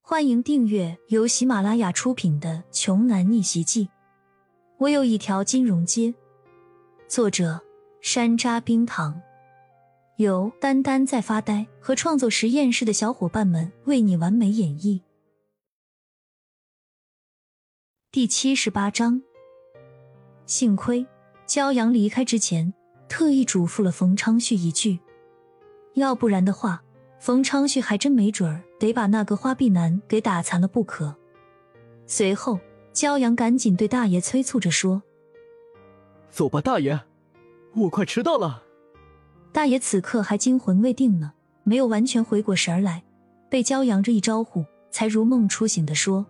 欢迎订阅由喜马拉雅出品的《穷男逆袭记》。我有一条金融街。作者：山楂冰糖，由丹丹在发呆和创作实验室的小伙伴们为你完美演绎。第78章。幸亏骄阳离开之前特意嘱咐了冯昌旭一句，要不然的话冯昌旭还真没准儿得把那个花臂男给打残了不可。随后骄阳赶紧对大爷催促着说， 走吧大爷，我快迟到了。 大爷此刻还惊魂未定呢，没有完全回过神来，被骄阳这一招呼才如梦初醒地说，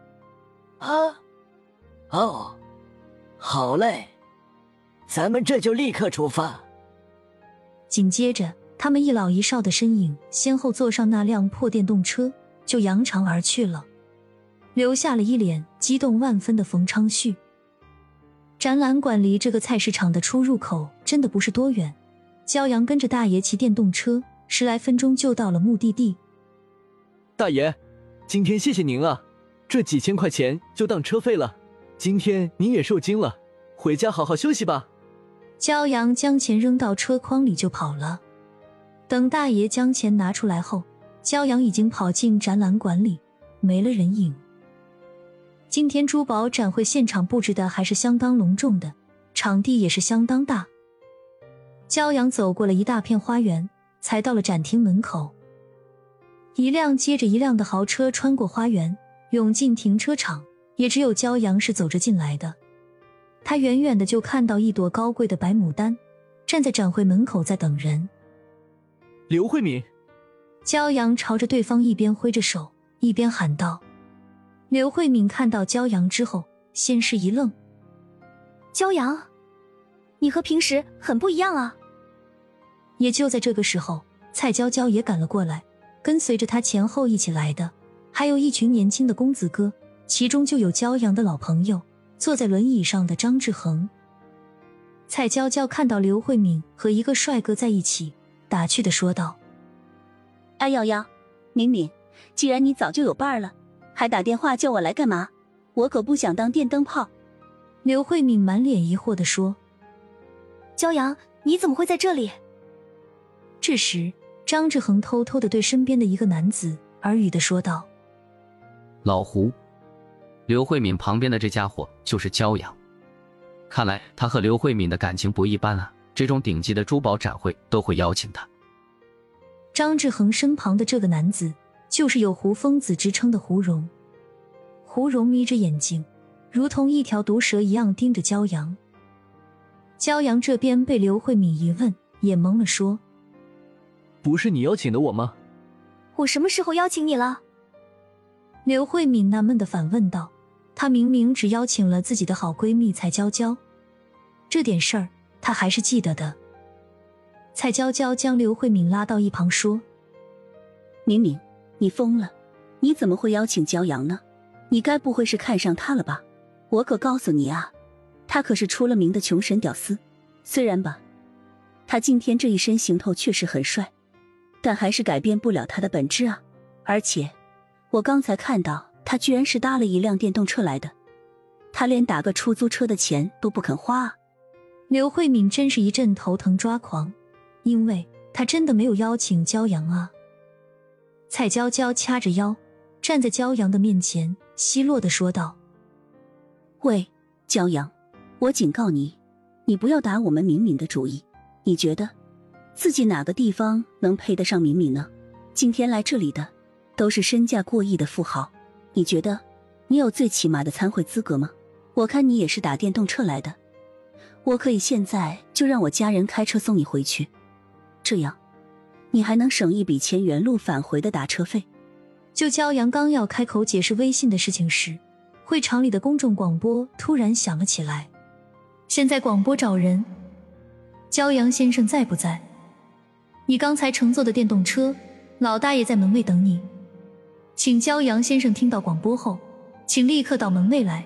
哦，好嘞，咱们这就立刻出发。 紧接着他们一老一少的身影先后坐上那辆破电动车就扬长而去了，留下了一脸激动万分的冯昌旭。展览馆离这个菜市场的出入口真的不是多远，骄阳跟着大爷骑电动车10来分钟就到了目的地。 大爷，今天谢谢您啊，这几千块钱就当车费了，今天您也受惊了，回家好好休息吧。 骄阳将钱扔到车筐里就跑了。等大爷将钱拿出来后，骄阳已经跑进展览馆里，没了人影。今天珠宝展会现场布置的还是相当隆重的，场地也是相当大。骄阳走过了一大片花园，才到了展厅门口。一辆接着一辆的豪车穿过花园，涌进停车场，也只有骄阳是走着进来的。他远远的就看到一朵高贵的白牡丹站在展会门口在等人。 刘慧敏。 骄阳朝着对方一边挥着手一边喊道。刘慧敏看到骄阳之后先是一愣， 骄阳，你和平时很不一样啊。 也就在这个时候，蔡娇娇也赶了过来，跟随着她前后一起来的还有一群年轻的公子哥，其中就有骄阳的老朋友，坐在轮椅上的张志恒。蔡娇娇看到刘慧敏和一个帅哥在一起，打趣地说道， 哎瑶瑶，敏敏，既然你早就有伴了，还打电话叫我来干嘛？我可不想当电灯泡。 刘慧敏满脸疑惑地说， 骄阳，你怎么会在这里？ 这时张志恒偷偷地对身边的一个男子耳语地说道， 老胡，刘慧敏旁边的这家伙就是骄阳，看来他和刘慧敏的感情不一般啊，这种顶级的珠宝展会都会邀请他。 张志恒身旁的这个男子就是有胡疯子之称的胡荣。胡荣眯着眼睛，如同一条毒蛇一样盯着骄阳。骄阳这边被刘慧敏一问也懵了，说， 不是你邀请的我吗？ 我什么时候邀请你了？ 刘慧敏纳闷地反问道，她明明只邀请了自己的好闺蜜蔡娇娇，这点事儿她还是记得的。蔡娇娇将刘慧敏拉到一旁说， 敏敏，你疯了，你怎么会邀请骄阳呢？你该不会是看上他了吧？我可告诉你啊，他可是出了名的穷神屌丝，虽然吧，他今天这一身行头确实很帅，但还是改变不了他的本质啊。而且我刚才看到他居然是搭了一辆电动车来的，他连打个出租车的钱都不肯花啊。 刘慧敏真是一阵头疼抓狂，因为他真的没有邀请骄阳啊。蔡娇娇掐着腰站在骄阳的面前，奚落地说道， 喂，骄阳，我警告你，你不要打我们敏敏的主意。你觉得自己哪个地方能配得上敏敏呢？今天来这里的都是身价过亿的富豪，你觉得你有最起码的参会资格吗？我看你也是打电动车来的，我可以现在就让我家人开车送你回去，这样你还能省一笔钱原路返回的打车费。 就骄阳刚要开口解释微信的事情时，会场里的公众广播突然响了起来，现在广播找人，骄阳先生在不在？你刚才乘坐的电动车，老大爷在门卫等你，请骄阳先生听到广播后，请立刻到门卫来。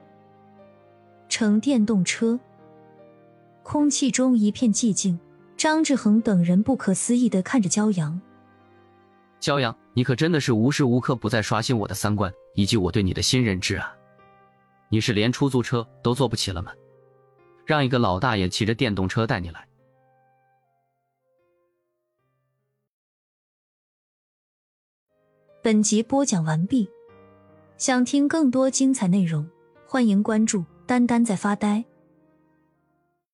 乘电动车，空气中一片寂静，张志恒等人不可思议地看着骄阳。 骄阳， 你可真的是无时无刻不在刷新我的三观以及我对你的新认知啊！你是连出租车都坐不起了吗？让一个老大爷骑着电动车带你来。 本集播讲完毕，想听更多精彩内容，欢迎关注丹丹在发呆。